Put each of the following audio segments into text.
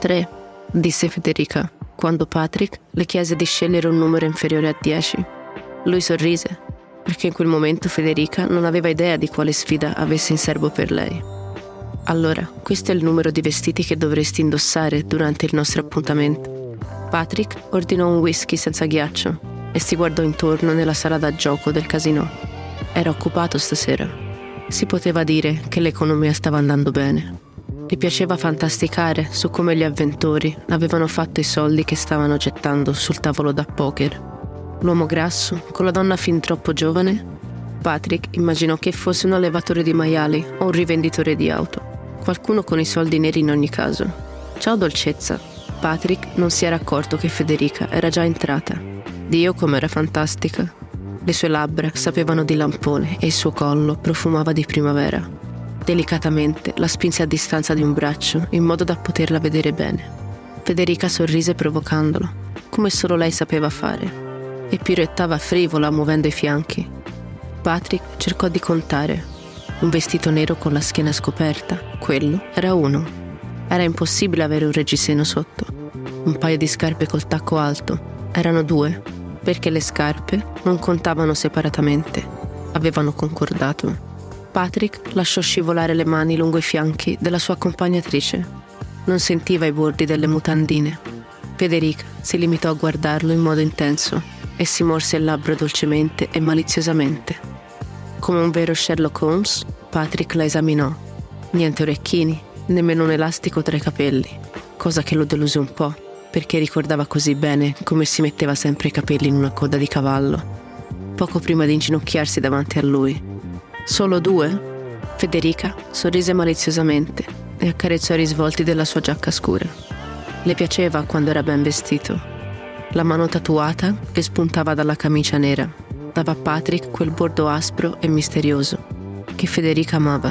3, disse Federica, quando Patrick le chiese di scegliere un numero inferiore a 10. Lui sorrise, perché in quel momento Federica non aveva idea di quale sfida avesse in serbo per lei. Allora, questo è il numero di vestiti che dovresti indossare durante il nostro appuntamento. Patrick ordinò un whisky senza ghiaccio e si guardò intorno nella sala da gioco del casinò. Era occupato stasera. Si poteva dire che l'economia stava andando bene. Gli piaceva fantasticare su come gli avventori avevano fatto i soldi che stavano gettando sul tavolo da poker. L'uomo grasso, con la donna fin troppo giovane? Patrick immaginò che fosse un allevatore di maiali o un rivenditore di auto. Qualcuno con i soldi neri in ogni caso. Ciao dolcezza. Patrick non si era accorto che Federica era già entrata. Dio com'era fantastica. Le sue labbra sapevano di lampone e il suo collo profumava di primavera. Delicatamente la spinse a distanza di un braccio in modo da poterla vedere bene. Federica sorrise provocandolo, come solo lei sapeva fare, e piroettava frivola muovendo i fianchi. Patrick cercò di contare. Un vestito nero con la schiena scoperta, quello era uno. Era impossibile avere un reggiseno sotto. Un paio di scarpe col tacco alto, erano 2, perché le scarpe non contavano separatamente, avevano concordato. Patrick lasciò scivolare le mani lungo i fianchi della sua accompagnatrice. Non sentiva i bordi delle mutandine. Federica si limitò a guardarlo in modo intenso e si morse il labbro dolcemente e maliziosamente. Come un vero Sherlock Holmes, Patrick la esaminò. Niente orecchini, nemmeno un elastico tra i capelli, cosa che lo deluse un po', perché ricordava così bene come si metteva sempre i capelli in una coda di cavallo, poco prima di inginocchiarsi davanti a lui. Solo 2? Federica sorrise maliziosamente e accarezzò i risvolti della sua giacca scura. Le piaceva quando era ben vestito. La mano tatuata che spuntava dalla camicia nera dava a Patrick quel bordo aspro e misterioso che Federica amava.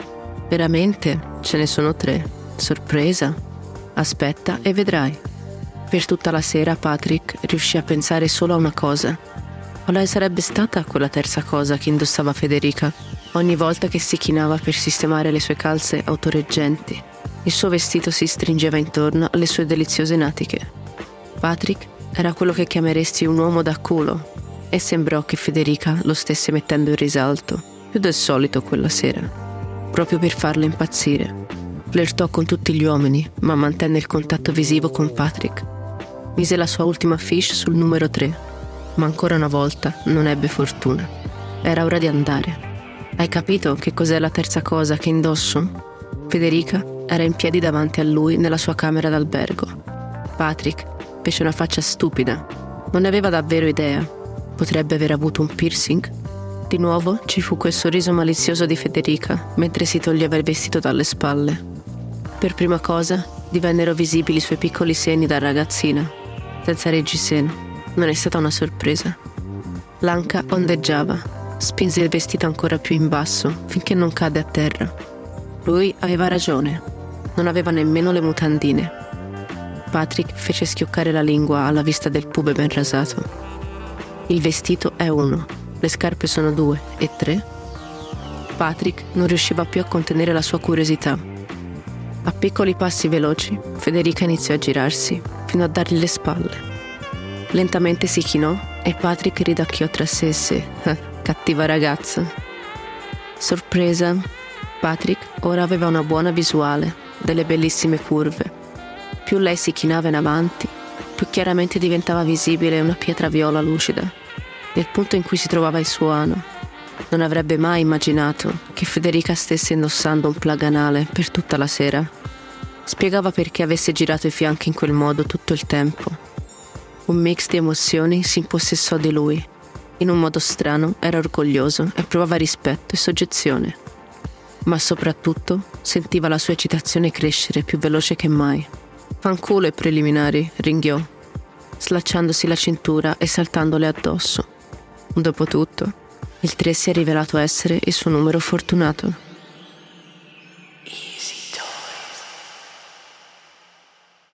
Veramente? Ce ne sono 3. Sorpresa? Aspetta e vedrai. Per tutta la sera Patrick riuscì a pensare solo a una cosa. Quale sarebbe stata quella terza cosa che indossava Federica ogni volta che si chinava per sistemare le sue calze autoreggenti? Il suo vestito si stringeva intorno alle sue deliziose natiche. Patrick era quello che chiameresti un uomo da culo e sembrò che Federica lo stesse mettendo in risalto, più del solito quella sera, proprio per farlo impazzire. Flirtò con tutti gli uomini, ma mantenne il contatto visivo con Patrick. Mise la sua ultima fiche sul numero 3. Ma ancora una volta non ebbe fortuna. Era ora di andare. Hai capito che cos'è la terza cosa che indosso? Federica era in piedi davanti a lui nella sua camera d'albergo. Patrick fece una faccia stupida. Non ne aveva davvero idea. Potrebbe aver avuto un piercing? Di nuovo ci fu quel sorriso malizioso di Federica mentre si toglieva il vestito dalle spalle. Per prima cosa divennero visibili i suoi piccoli seni da ragazzina, senza reggiseno. Non è stata una sorpresa. L'anca ondeggiava, spinse il vestito ancora più in basso finché non cadde a terra. Lui aveva ragione, non aveva nemmeno le mutandine. Patrick fece schioccare la lingua alla vista del pube ben rasato. Il vestito è 1, le scarpe sono 2 e 3. Patrick non riusciva più a contenere la sua curiosità. A piccoli passi veloci, Federica iniziò a girarsi fino a dargli le spalle. Lentamente si chinò e Patrick ridacchiò tra sé e sé. Cattiva ragazza. Sorpresa, Patrick ora aveva una buona visuale delle bellissime curve. Più lei si chinava in avanti, più chiaramente diventava visibile una pietra viola lucida, nel punto in cui si trovava il suo ano. Non avrebbe mai immaginato che Federica stesse indossando un plaganale per tutta la sera. Spiegava perché avesse girato i fianchi in quel modo tutto il tempo. Un mix di emozioni si impossessò di lui. In un modo strano era orgoglioso e provava rispetto e soggezione. Ma soprattutto sentiva la sua eccitazione crescere più veloce che mai. Fanculo i preliminari, ringhiò, slacciandosi la cintura e saltandole addosso. Dopotutto, il 3 si è rivelato essere il suo numero fortunato.